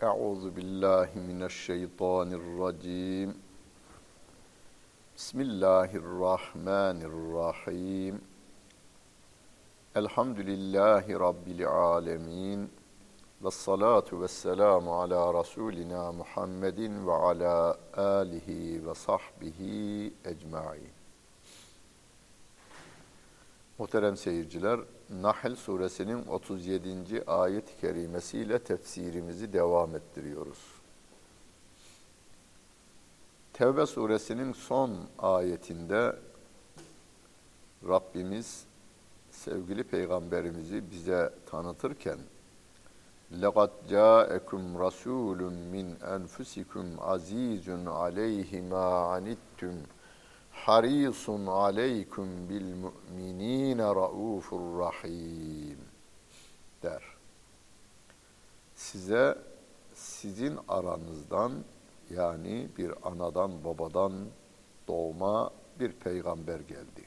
Euzu billahi mineşşeytanirracim. Bismillahirrahmanirrahim. Elhamdülillahi Rabbil alemin. Vessalatu vesselamu ala Resulina Muhammedin ve ala alihi ve sahbihi ecmain. Muhterem seyirciler, Nahl suresinin 37. ayet-i kerimesiyle tefsirimizi devam ettiriyoruz. Tevbe suresinin son ayetinde Rabbimiz sevgili peygamberimizi bize tanıtırken لَقَدْ جَاءَكُمْ رَسُولٌ مِّنْ أَنْفُسِكُمْ عَزِيزٌ عَلَيْهِ مَا عَنِتُّمْ harisun aleykum bil mu'minine raufur rahim der. Size sizin aranızdan yani bir anadan babadan doğma bir peygamber geldi.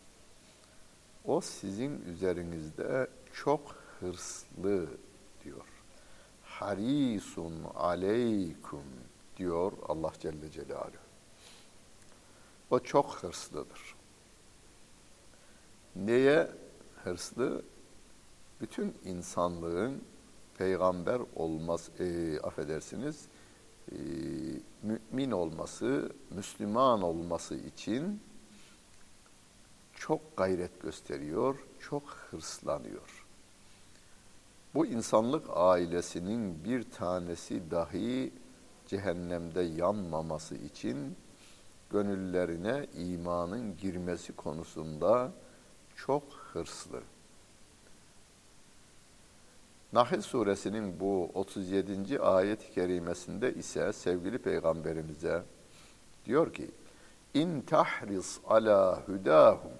O sizin üzerinizde çok hırslı diyor. Harisun aleykum diyor Allah Celle Celaluhu. O çok hırslıdır. Neye hırslı? Bütün insanlığın peygamber mümin olması, Müslüman olması için çok gayret gösteriyor, çok hırslanıyor. Bu insanlık ailesinin bir tanesi dahi cehennemde yanmaması için gönüllerine imanın girmesi konusunda çok hırslı. Nahl suresinin bu 37. ayet-i kerimesinde ise sevgili peygamberimize diyor ki İn tahris ala hudahum,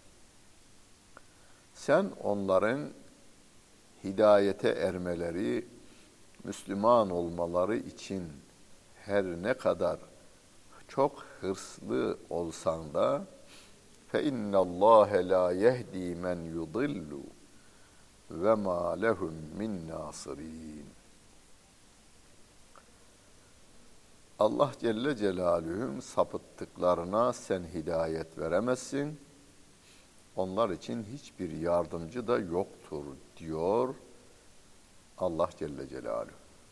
sen onların hidayete ermeleri, Müslüman olmaları için her ne kadar çok hırslı olsan da fe innallâhe lâ yehdi men yudillu ve mâ lehum min nâsirîn. Allah Celle Celaluhu'nun sapıttıklarına sen hidayet veremezsin. Onlar için hiçbir yardımcı da yoktur diyor Allah Celle Celaluhu.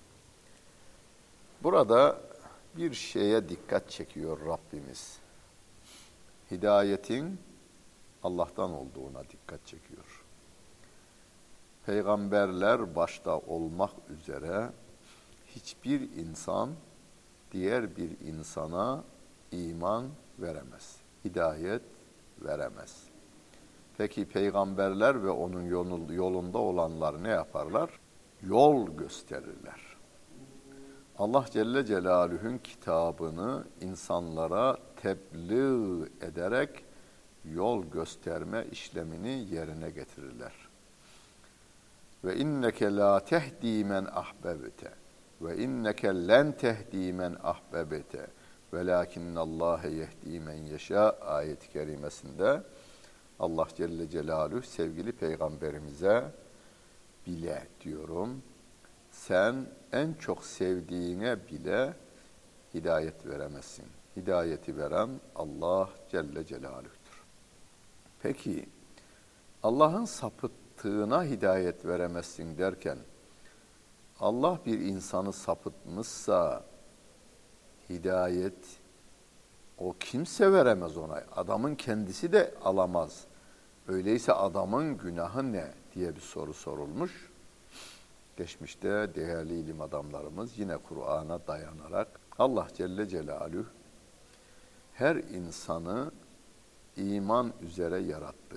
Burada bir şeye dikkat çekiyor Rabbimiz. Hidayetin Allah'tan olduğuna dikkat çekiyor. Peygamberler başta olmak üzere hiçbir insan diğer bir insana iman veremez. Hidayet veremez. Peki peygamberler ve onun yolunda olanlar ne yaparlar? Yol gösterirler. Allah Celle Celaluhu'nun kitabını insanlara tebliğ ederek yol gösterme işlemini yerine getirirler. Ve inneke la tehdi men ahbebte ve inneke len tehdi men ahbebte velakinnallâhe yehdi men yeşâ ayet-i kerimesinde Allah Celle Celaluhu sevgili peygamberimize bile diyorum, sen en çok sevdiğine bile hidayet veremezsin. Hidayeti veren Allah Celle Celaluhu'dur. Peki Allah'ın sapıttığına hidayet veremezsin derken Allah bir insanı sapıtmışsa hidayet o kimse veremez ona. Adamın kendisi de alamaz. Öyleyse adamın günahı ne diye bir soru sorulmuş. Geçmişte değerli ilim adamlarımız yine Kur'an'a dayanarak Allah Celle Celaluhu her insanı iman üzere yarattı.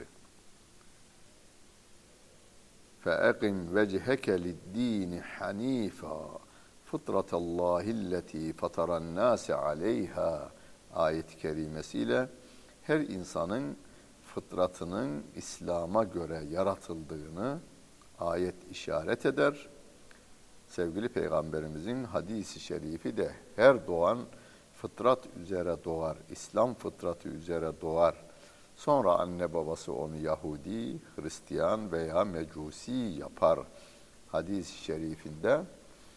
فَاَقِمْ وَجْهَكَ لِلدِّينِ حَن۪يفًا فِطْرَةَ اللّٰهِ الَّتِي فَطَرَ النَّاسِ عَلَيْهَا ayet-i kerimesiyle her insanın fıtratının İslam'a göre yaratıldığını ayet işaret eder. Sevgili Peygamberimizin hadisi şerifi de her doğan fıtrat üzere doğar, İslam fıtratı üzere doğar. Sonra anne babası onu Yahudi, Hristiyan veya Mecusi yapar. Hadis-i şerifinde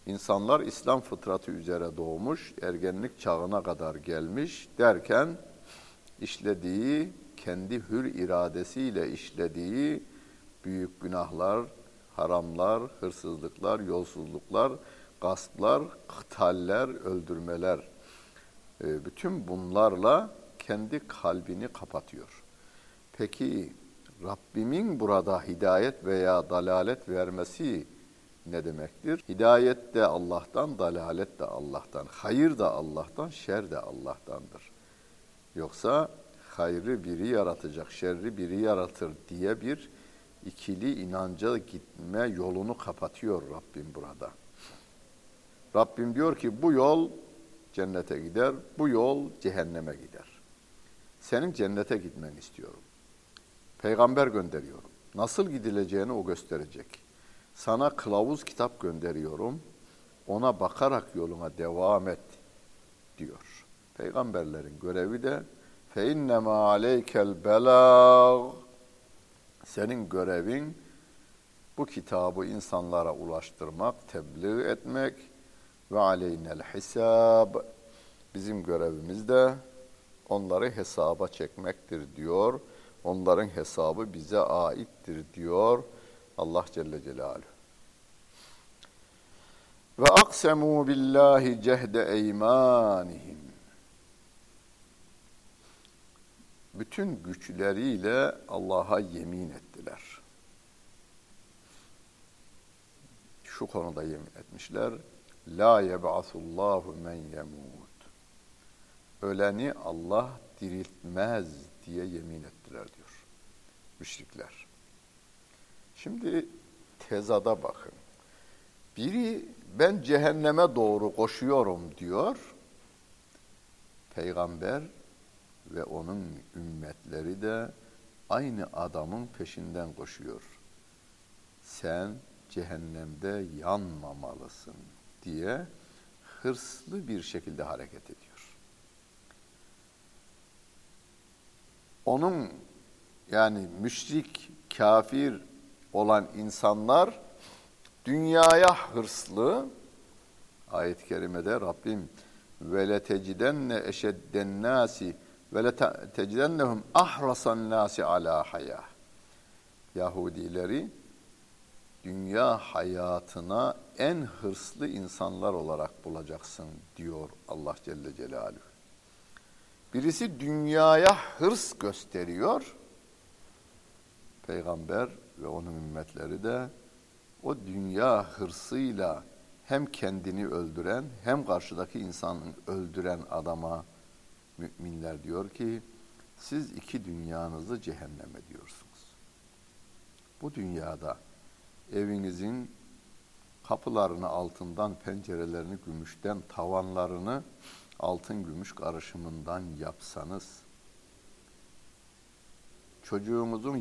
İnsanlar İslam fıtratı üzere doğmuş, ergenlik çağına kadar gelmiş derken işlediği, kendi hür iradesiyle işlediği büyük günahlar, haramlar, hırsızlıklar, yolsuzluklar, gasplar, kıtaller, öldürmeler, bütün bunlarla kendi kalbini kapatıyor. Peki Rabbimin burada hidayet veya dalalet vermesi ne demektir? Hidayet de Allah'tan, dalalet de Allah'tan, hayır da Allah'tan, şer de Allah'tandır. Yoksa hayrı biri yaratacak, şerri biri yaratır diye bir ikili inanca gitme yolunu kapatıyor Rabbim burada. Rabbim diyor ki bu yol cennete gider, bu yol cehenneme gider. Senin cennete gitmeni istiyorum. Peygamber gönderiyorum. Nasıl gidileceğini o gösterecek. Sana kılavuz kitap gönderiyorum. Ona bakarak yoluna devam et diyor. Peygamberlerin görevi de فَاِنَّمَا عَلَيْكَ الْبَلَاغِ Senin görevin bu kitabı insanlara ulaştırmak, tebliğ etmek ve aleynel hisab. Bizim görevimiz de onları hesaba çekmektir diyor. Onların hesabı bize aittir diyor Allah Celle Celaluhu. Ve aksemu billahi cehde eymanihim. Bütün güçleriyle Allah'a yemin ettiler. Şu konuda yemin etmişler. La yeb'asullahu men yemut. Öleni Allah diriltmez diye yemin ettiler diyor müşrikler. Şimdi tezada bakın. Biri ben cehenneme doğru koşuyorum diyor. Peygamber ve onun ümmetleri de aynı adamın peşinden koşuyor. Sen cehennemde yanmamalısın diye hırslı bir şekilde hareket ediyor. Onun yani müşrik, kafir olan insanlar dünyaya hırslı. Ayet-i kerimede Rabbim ve letecidenne eşedden nasi ve letecidennehum ahrasan nasi ala haya. Yahudileri dünya hayatına en hırslı insanlar olarak bulacaksın diyor Allah Celle Celaluhu. Birisi dünyaya hırs gösteriyor. Peygamber ve onun ümmetleri de o dünya hırsıyla hem kendini öldüren hem karşıdaki insanı öldüren adama müminler diyor ki siz iki dünyanızı cehenneme diyorsunuz. Bu dünyada evinizin kapılarını altından, pencerelerini gümüşten, tavanlarını altın gümüş karışımından yapsanız, çocuğunuzu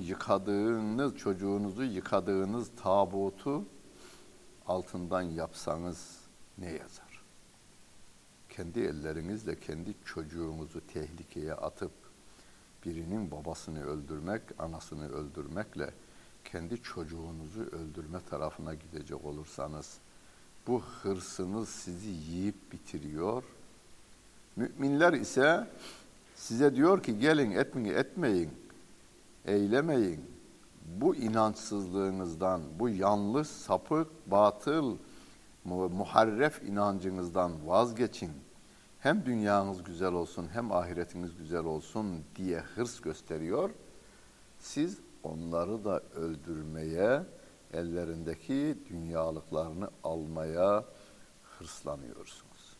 yıkadığınız tabutu altından yapsanız ne yazar? Kendi ellerinizle kendi çocuğunuzu tehlikeye atıp birinin babasını öldürmek, anasını öldürmekle kendi çocuğunuzu öldürme tarafına gidecek olursanız bu hırsınız sizi yiyip bitiriyor. Müminler ise size diyor ki gelin etmeyin, eylemeyin. Bu inançsızlığınızdan, bu yanlış, sapık, batıl, muharref inancınızdan vazgeçin. Hem dünyanız güzel olsun hem ahiretiniz güzel olsun diye hırs gösteriyor. Siz onları da öldürmeye, ellerindeki dünyalıklarını almaya hırslanıyorsunuz.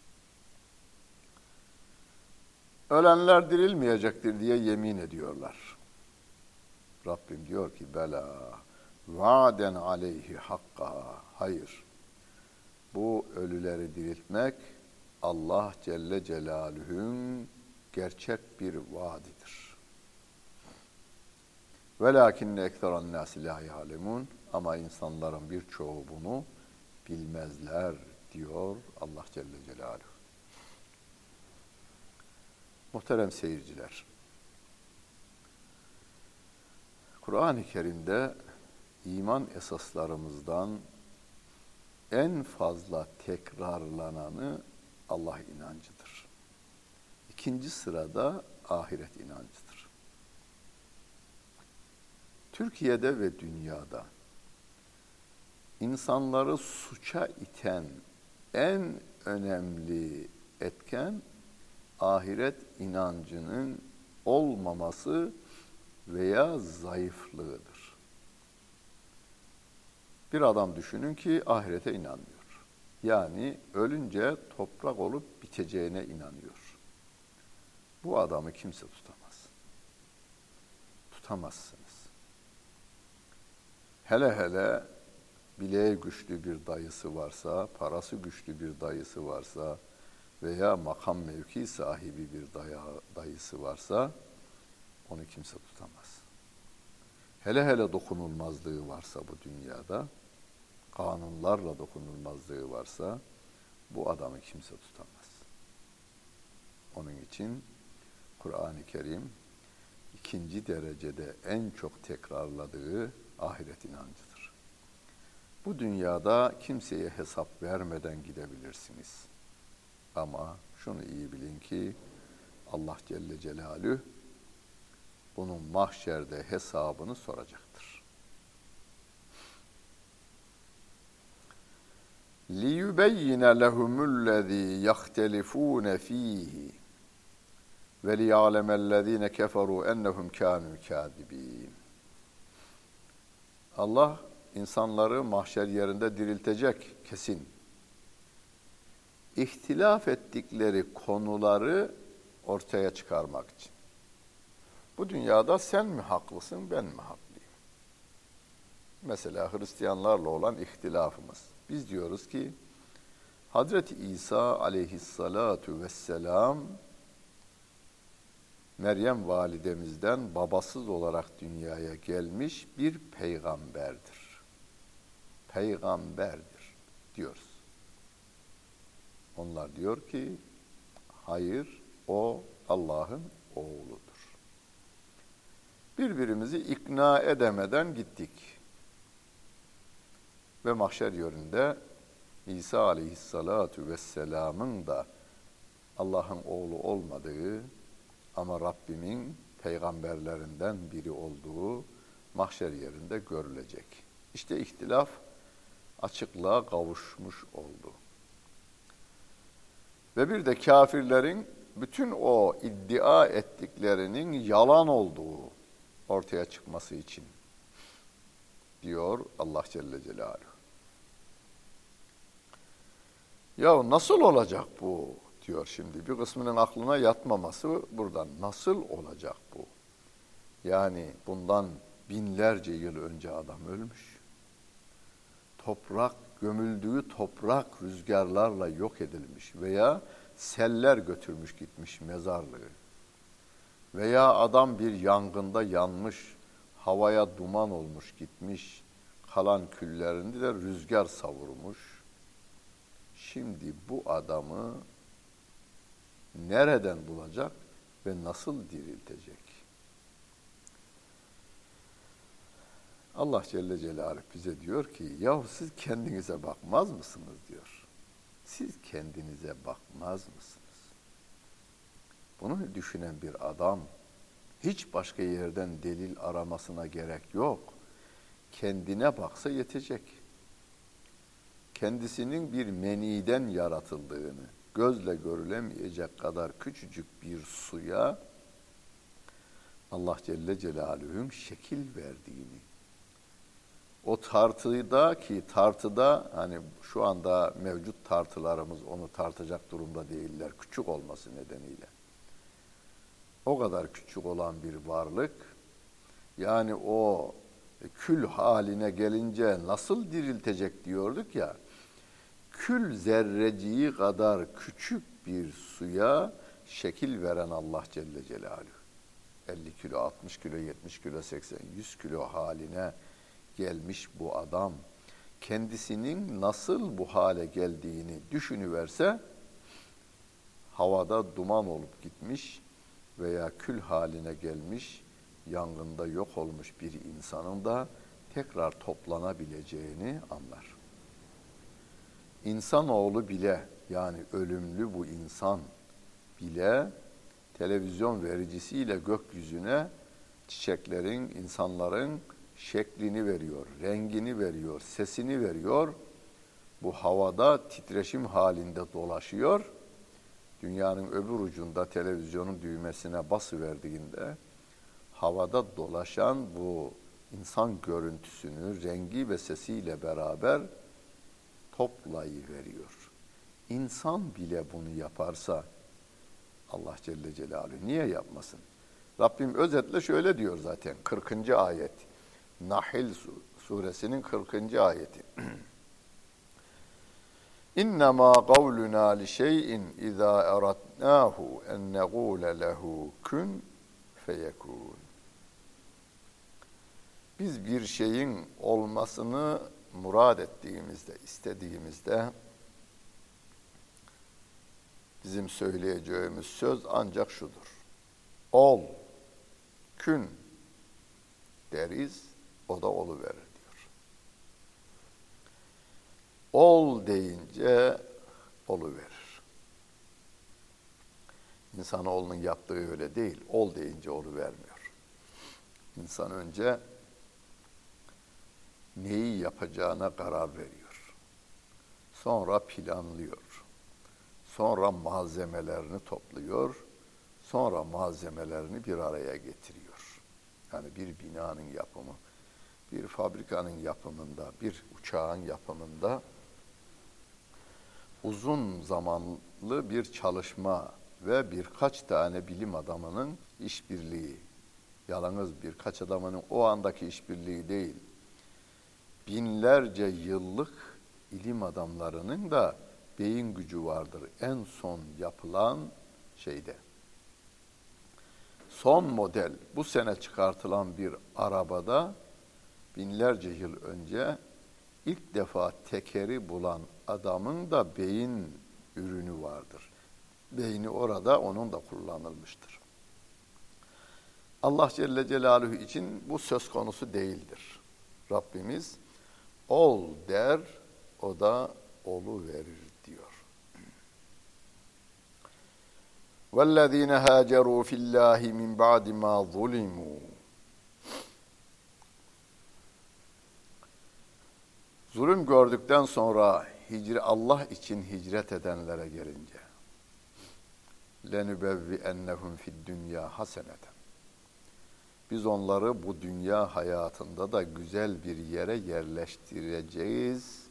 Ölenler dirilmeyecektir diye yemin ediyorlar. Rabbim diyor ki bela va'den aleyhi hakka. Hayır. Bu ölüleri diriltmek Allah Celle Celaluhu'nun gerçek bir vaadidir. Velakinne ekseran nâsi lâ ya'lemûn. Ama insanların birçoğu bunu bilmezler diyor Allah Celle Celaluhu. Muhterem seyirciler, Kur'an-ı Kerim'de iman esaslarımızdan en fazla tekrarlananı Allah inancıdır. İkinci sırada ahiret inancıdır. Türkiye'de ve dünyada insanları suça iten en önemli etken ahiret inancının olmaması veya zayıflığıdır. Bir adam düşünün ki ahirete inanmıyor. Yani ölünce toprak olup biteceğine inanıyor. Bu adamı kimse tutamaz. Tutamazsınız. Hele hele bileği güçlü bir dayısı varsa, parası güçlü bir dayısı varsa veya makam mevki sahibi bir dayısı varsa onu kimse tutamaz. Hele hele dokunulmazlığı varsa bu dünyada, kanunlarla dokunulmazlığı varsa bu adamı kimse tutamaz. Onun için Kur'an-ı Kerim ikinci derecede en çok tekrarladığı ahiret inancıdır. Bu dünyada kimseye hesap vermeden gidebilirsiniz. Ama şunu iyi bilin ki Allah Celle Celaluhu bunun mahşerde hesabını soracaktır. لِيُبَيِّنَ لَهُمُ الَّذ۪ي يَخْتَلِفُونَ ف۪يهِ وَلِيَعْلَمَ الَّذ۪ينَ كَفَرُوا اَنَّهُمْ كَانُوا كَاذِب۪ينَ. Allah insanları mahşer yerinde diriltecek kesin. İhtilaf ettikleri konuları ortaya çıkarmak için. Bu dünyada sen mi haklısın, ben mi haklıyım? Mesela Hristiyanlarla olan ihtilafımız. Biz diyoruz ki Hazreti İsa aleyhissalatu vesselam Meryem validemizden babasız olarak dünyaya gelmiş bir peygamberdir. Peygamberdir diyoruz. Onlar diyor ki hayır, o Allah'ın oğludur. Birbirimizi ikna edemeden gittik. Ve mahşer yerinde İsa aleyhissalatu vesselamın da Allah'ın oğlu olmadığı ama Rabbimin peygamberlerinden biri olduğu mahşer yerinde görülecek. İşte ihtilaf açıklığa kavuşmuş oldu. Ve bir de kafirlerin bütün o iddia ettiklerinin yalan olduğu ortaya çıkması için diyor Allah Celle Celaluhu. Ya nasıl olacak bu diyor şimdi. Bir kısmının aklına yatmaması buradan. Nasıl olacak bu? Yani bundan binlerce yıl önce adam ölmüş. Toprak, gömüldüğü toprak rüzgarlarla yok edilmiş veya seller götürmüş gitmiş mezarlığı. Veya adam bir yangında yanmış, havaya duman olmuş gitmiş, kalan küllerini de rüzgar savurmuş. Şimdi bu adamı nereden bulacak ve nasıl diriltecek? Allah Celle Celaluhu bize diyor ki, yahu siz kendinize bakmaz mısınız diyor. Siz kendinize bakmaz mısınız? Bunu düşünen bir adam hiç başka yerden delil aramasına gerek yok. Kendine baksa yetecek. Kendisinin bir meniden yaratıldığını, gözle görülemeyecek kadar küçücük bir suya Allah Celle Celaluhu'nun şekil verdiğini, o tartıda hani şu anda mevcut tartılarımız onu tartacak durumda değiller, küçük olması nedeniyle. O kadar küçük olan bir varlık, yani o kül haline gelince nasıl diriltecek diyorduk ya, kül zerreciği kadar küçük bir suya şekil veren Allah Celle Celaluhu. 50 kilo, 60 kilo, 70 kilo, 80, 100 kilo haline gelmiş bu adam. Kendisinin nasıl bu hale geldiğini düşünüverse, havada duman olup gitmiş veya kül haline gelmiş, yangında yok olmuş bir insanın da tekrar toplanabileceğini anlar. İnsanoğlu bile, yani ölümlü bu insan bile televizyon vericisiyle gökyüzüne çiçeklerin, insanların şeklini veriyor, rengini veriyor, sesini veriyor. Bu havada titreşim halinde dolaşıyor. Dünyanın öbür ucunda televizyonun düğmesine basıverdiğinde havada dolaşan bu insan görüntüsünü rengi ve sesiyle beraber toplayıveriyor. İnsan bile bunu yaparsa Allah Celle Celaluhu niye yapmasın? Rabbim özetle şöyle diyor zaten 40. ayet. Nahl suresinin 40. ayeti. İnnemâ kavlunâ li şey'in izâ eratnâhu en negûle lehu kun feyekûn. Biz bir şeyin olmasını murad ettiğimizde, istediğimizde bizim söyleyeceğimiz söz ancak şudur. Ol, kün deriz, o da oluverir diyor. Ol deyince oluverir. İnsanoğlunun yaptığı öyle değil. Ol deyince oluvermiyor. İnsan önce neyi yapacağına karar veriyor. Sonra planlıyor. Sonra malzemelerini topluyor. Sonra malzemelerini bir araya getiriyor. Yani bir binanın yapımı, bir fabrikanın yapımında, bir uçağın yapımında uzun zamanlı bir çalışma ve birkaç tane bilim adamının işbirliği, yalnız birkaç adamın o andaki işbirliği değil, binlerce yıllık ilim adamlarının da beyin gücü vardır. En son yapılan şeyde. Son model, bu sene çıkartılan bir arabada binlerce yıl önce ilk defa tekeri bulan adamın da beyin ürünü vardır. Beyni orada onun da kullanılmıştır. Allah Celle Celaluhu için bu söz konusu değildir. Rabbimiz ol der, o da oluverir diyor. وَالَّذ۪ينَ هَاجَرُوا فِي اللّٰهِ مِنْ بَعْدِ مَا ظُلِمُوا. Zulüm gördükten sonra Allah için hicret edenlere gelince لَنُبَوِّئَنَّهُمْ فِي الدُّنْيَا حَسَنَةً. Biz onları bu dünya hayatında da güzel bir yere yerleştireceğiz.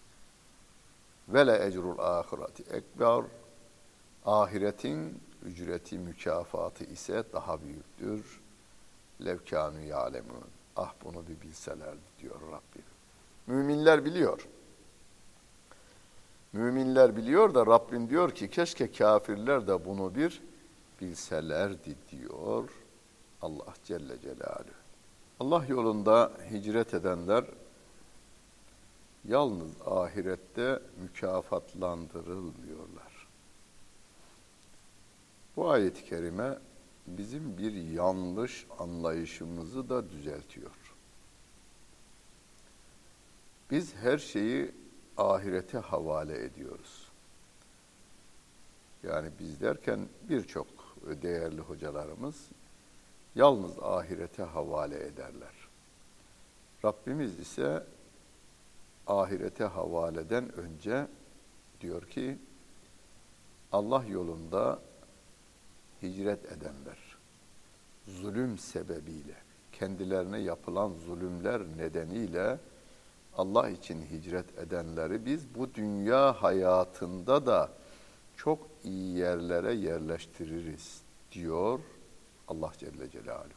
وَلَا اَجْرُ الْآخِرَةِ ekber. Ahiretin ücreti, mükafatı ise daha büyüktür. Levkânü yâlemûn. Ah bunu bir bilselerdi diyor Rabbim. Müminler biliyor. Müminler biliyor da Rabbim diyor ki keşke kafirler de bunu bir bilselerdi diyor Allah Celle Celaluhu. Allah yolunda hicret edenler yalnız ahirette mükafatlandırılmıyorlar. Bu ayet-i kerime bizim bir yanlış anlayışımızı da düzeltiyor. Biz her şeyi ahirete havale ediyoruz. Yani biz derken birçok değerli hocalarımız yalnız ahirete havale ederler. Rabbimiz ise ahirete havaleden önce diyor ki Allah yolunda hicret edenler zulüm sebebiyle, kendilerine yapılan zulümler nedeniyle Allah için hicret edenleri biz bu dünya hayatında da çok iyi yerlere yerleştiririz diyor Allah Celle Celaluhu.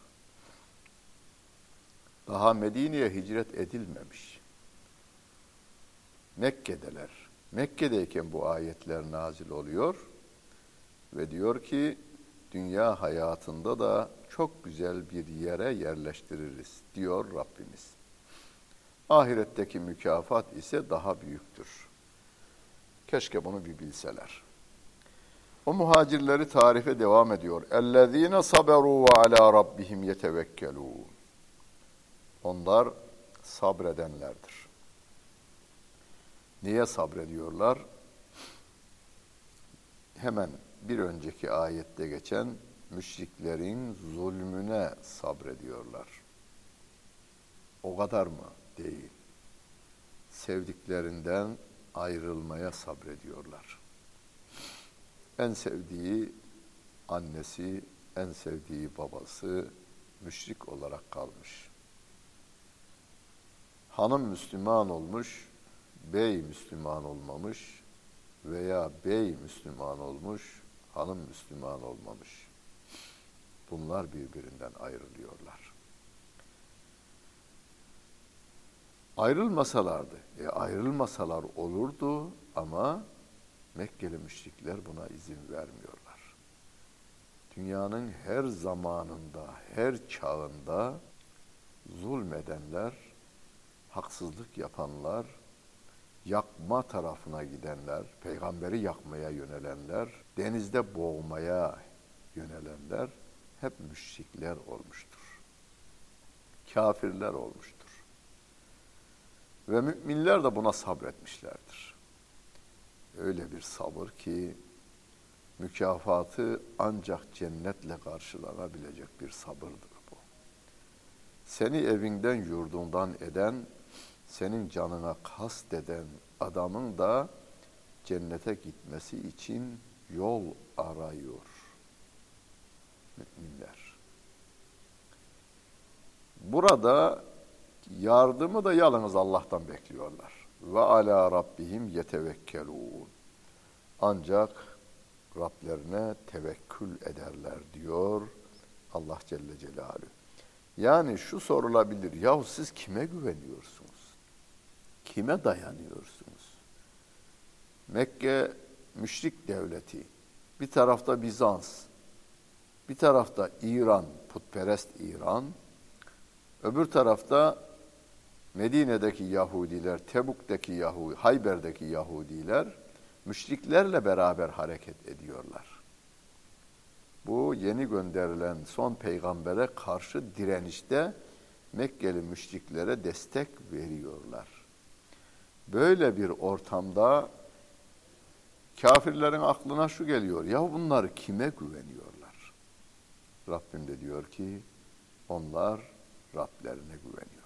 Daha Medine'ye hicret edilmemiş. Mekke'deler. Mekke'deyken bu ayetler nazil oluyor ve diyor ki dünya hayatında da çok güzel bir yere yerleştiririz diyor Rabbimiz. Ahiretteki mükafat ise daha büyüktür. Keşke bunu bir bilseler. O muhacirleri tarife devam ediyor. اَلَّذ۪ينَ صَبَرُوا وَعَلَى رَبِّهِمْ يَتَوَكَّلُونَ. Onlar sabredenlerdir. Niye sabrediyorlar? Hemen bir önceki ayette geçen müşriklerin zulmüne sabrediyorlar. O kadar mı? Değil. Sevdiklerinden ayrılmaya sabrediyorlar. En sevdiği annesi, en sevdiği babası müşrik olarak kalmış. Hanım Müslüman olmuş, bey Müslüman olmamış veya bey Müslüman olmuş, hanım Müslüman olmamış. Bunlar birbirinden ayrılıyorlar. Ayrılmasalardı, ayrılmasalar olurdu ama Mekkeli müşrikler buna izin vermiyorlar. Dünyanın her zamanında, her çağında zulmedenler, haksızlık yapanlar, yakma tarafına gidenler, peygamberi yakmaya yönelenler, denizde boğmaya yönelenler hep müşrikler olmuştur. Kafirler olmuştur. Ve müminler de buna sabretmişlerdir. Öyle bir sabır ki mükafatı ancak cennetle karşılanabilecek bir sabırdır bu. Seni evinden yurdundan eden, senin canına kast eden adamın da cennete gitmesi için yol arıyor müminler. Burada yardımı da yalnız Allah'tan bekliyorlar. Ve ala rabbihim yetevekkelûn. Ancak Rablerine tevekkül ederler diyor Allah Celle Celaluhu. Yani şu sorulabilir, yahu siz kime güveniyorsunuz? Kime dayanıyorsunuz? Mekke müşrik devleti, bir tarafta Bizans, bir tarafta İran, putperest İran, öbür tarafta Medine'deki Yahudiler, Tebuk'taki Yahudi, Hayber'deki Yahudiler müşriklerle beraber hareket ediyorlar. Bu yeni gönderilen son peygambere karşı direnişte Mekkeli müşriklere destek veriyorlar. Böyle bir ortamda kafirlerin aklına şu geliyor, ya bunlar kime güveniyorlar? Rabbim de diyor ki onlar Rablerine güveniyorlar.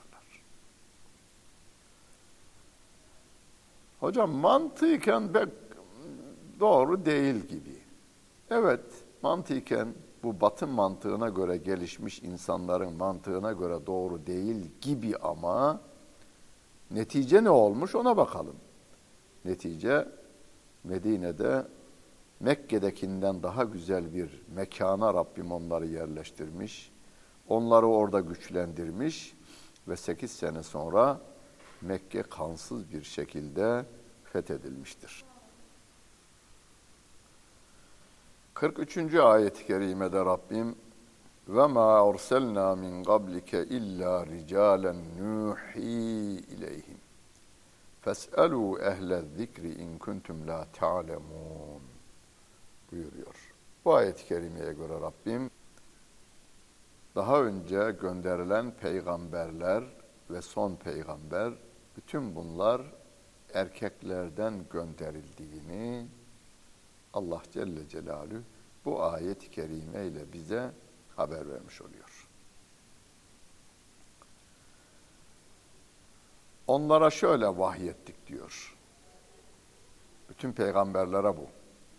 Hocam mantıken pek doğru değil gibi. Evet, mantıken bu Batı mantığına göre gelişmiş insanların mantığına göre doğru değil gibi ama netice ne olmuş ona bakalım. Netice Medine'de Mekke'dekinden daha güzel bir mekana Rabbim onları yerleştirmiş. Onları orada güçlendirmiş ve 8 sene sonra Mekke kansız bir şekilde fethedilmiştir. 43. ayet-i kerimede Rabbim ve ma arsalna min qablike illa ricalen nuhi ileyhim fes'alu ehle zikri in kuntum la ta'lemun buyuruyor. Bu ayet-i kerimeye göre Rabbim daha önce gönderilen peygamberler ve son peygamber bütün bunlar erkeklerden gönderildiğini Allah Celle Celaluhu bu ayet-i kerime ile bize haber vermiş oluyor. Onlara şöyle vahyettik diyor. Bütün peygamberlere bu.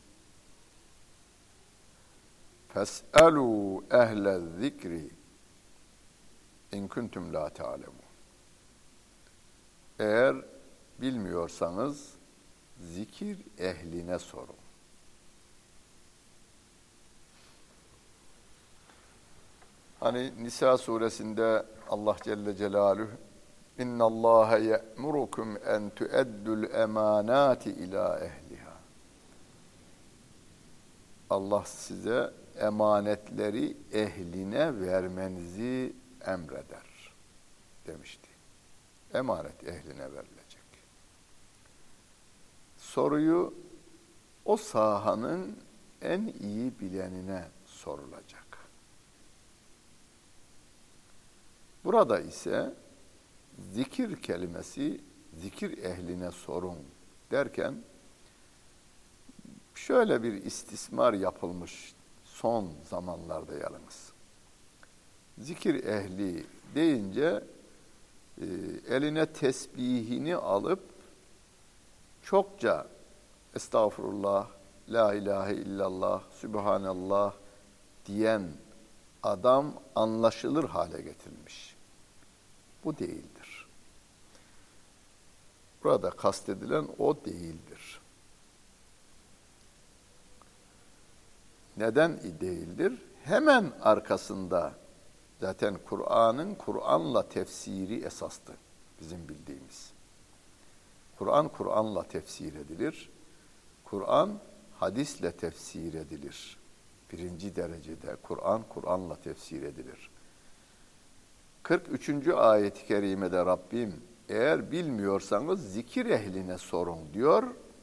Fes'alû ehle zikri in kuntum la ta'lemun. Eğer bilmiyorsanız zikir ehline sorun. Hani Nisa suresinde Allah Celle Celaluhu İnna Allaha ye'murukum en tu'addul emanati ila ehliha. Allah size emanetleri ehline vermenizi emreder demişti. Emanet ehline verilecek. Soruyu o sahanın en iyi bilenine sorulacak. Burada ise zikir kelimesi zikir ehline sorun derken şöyle bir istismar yapılmış son zamanlarda yalnız. Zikir ehli deyince eline tesbihini alıp çokça estağfurullah, la ilahe illallah, sübhanallah diyen adam anlaşılır hale getirilmiş. Bu değildir. Burada kastedilen o değildir. Neden değildir? Hemen arkasında zaten Kur'an'la tefsiri esastı bizim bildiğimiz. Kur'an'la tefsir edilir. Kur'an hadisle tefsir edilir. Birinci derecede Kur'an'la tefsir edilir. 43. ayet-i kerimede Rabbim eğer bilmiyorsanız zikir ehline sorun diyor.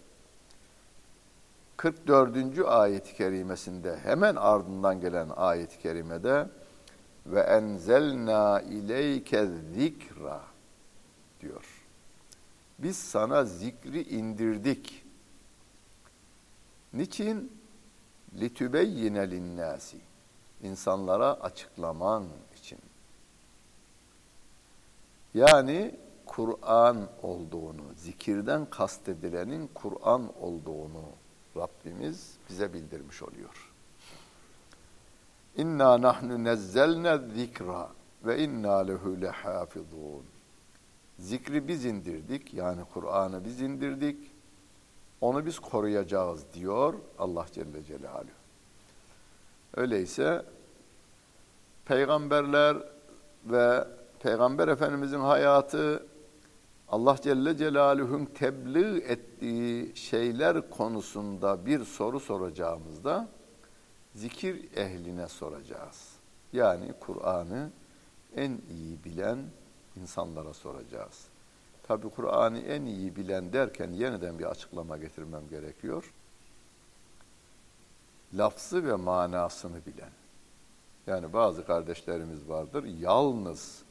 44. ayet-i kerimesinde hemen ardından gelen ayet-i kerimede ve enzelna ileyke zikra diyor. Biz sana zikri indirdik. Niçin? Litübeyyine linnâsi. İnsanlara açıklaman için. Yani Kur'an olduğunu, zikirden kastedilenin Kur'an olduğunu Rabbimiz bize bildirmiş oluyor. İnna nahnu nezzelne zikra ve inna lehu lehafizun. Zikri biz indirdik, yani Kur'an'ı biz indirdik. Onu biz koruyacağız diyor Allah Celle Celaluhu. Öyleyse peygamberler ve Peygamber Efendimizin hayatı Allah Celle Celaluhu'nun tebliğ ettiği şeyler konusunda bir soru soracağımızda zikir ehline soracağız. Yani Kur'an'ı en iyi bilen insanlara soracağız. Tabi Kur'an'ı en iyi bilen derken yeniden bir açıklama getirmem gerekiyor. Lafzı ve manasını bilen. Yani bazı kardeşlerimiz vardır, yalnız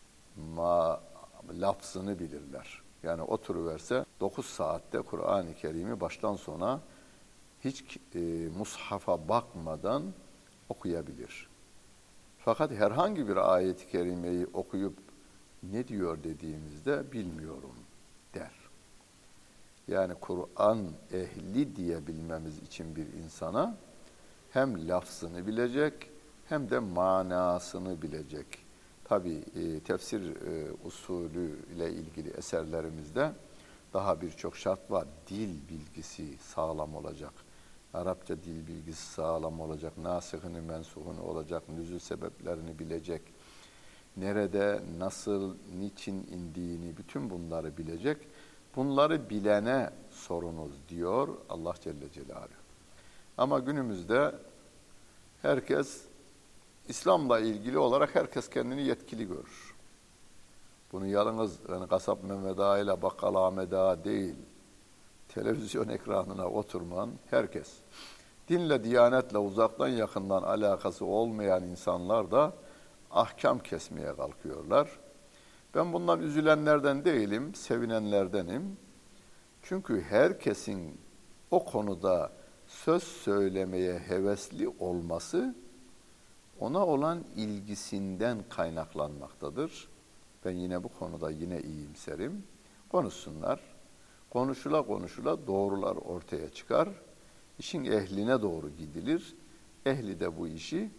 lafzını bilirler. Yani oturuverse 9 saatte Kur'an-ı Kerim'i baştan sona hiç mushafa bakmadan okuyabilir. Fakat herhangi bir ayet-i kerimeyi okuyup ne diyor dediğimizde bilmiyorum der. Yani Kur'an ehli diyebilmemiz için bir insana hem lafzını bilecek hem de manasını bilecek. Tabii tefsir usulü ile ilgili eserlerimizde daha birçok şart var. Dil bilgisi sağlam olacak. Arapça dil bilgisi sağlam olacak. Nasihini, mensuhunu olacak. Nüzul sebeplerini bilecek. Nerede, nasıl, niçin indiğini, bütün bunları bilecek. Bunları bilene sorunuz diyor Allah Celle Celaluhu. Ama günümüzde herkes, İslam'la ilgili olarak herkes kendini yetkili görür. Bunu yalnız Kasap Mehmet Ağa ile Bakkal Ahmet Ağa değil, televizyon ekranına oturman herkes. Dinle, diyanetle uzaktan yakından alakası olmayan insanlar da ahkam kesmeye kalkıyorlar. Ben bundan üzülenlerden değilim, sevinenlerdenim. Çünkü herkesin o konuda söz söylemeye hevesli olması ona olan ilgisinden kaynaklanmaktadır. Ben yine bu konuda yine iyimserim. Konuşsunlar. Konuşula konuşula doğrular ortaya çıkar. İşin ehline doğru gidilir. Ehli de bu işi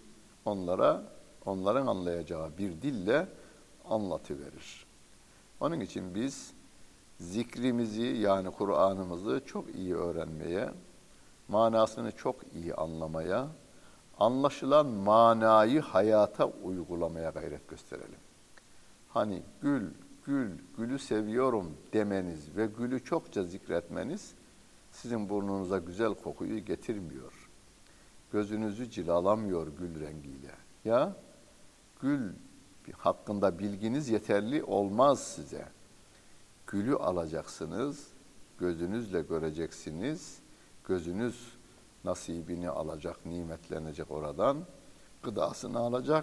onların anlayacağı bir dille anlatıverir. Onun için biz zikrimizi, yani Kur'an'ımızı çok iyi öğrenmeye, manasını çok iyi anlamaya, anlaşılan manayı hayata uygulamaya gayret gösterelim. Hani gülü seviyorum demeniz ve gülü çokça zikretmeniz sizin burnunuza güzel kokuyu getirmiyor. Gözünüzü cilalamıyor gül rengiyle. Ya gül hakkında bilginiz yeterli olmaz size. Gülü alacaksınız, gözünüzle göreceksiniz, gözünüz nasibini alacak, nimetlenecek oradan, gıdasını alacak.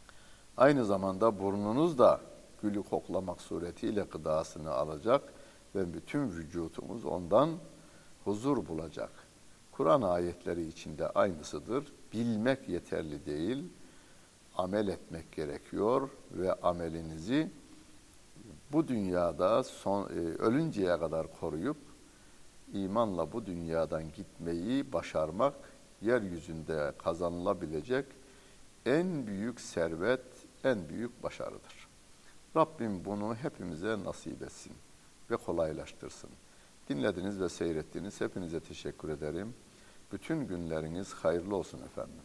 Aynı zamanda burnunuz da gülü koklamak suretiyle gıdasını alacak ve bütün vücutumuz ondan huzur bulacak. Kur'an ayetleri içinde aynısıdır. Bilmek yeterli değil, amel etmek gerekiyor ve amelinizi bu dünyada ölünceye kadar koruyup imanla bu dünyadan gitmeyi başarmak yeryüzünde kazanılabilecek en büyük servet, en büyük başarıdır. Rabbim bunu hepimize nasip etsin ve kolaylaştırsın. Dinlediniz ve seyrettiniz. Hepinize teşekkür ederim. Bütün günleriniz hayırlı olsun efendim.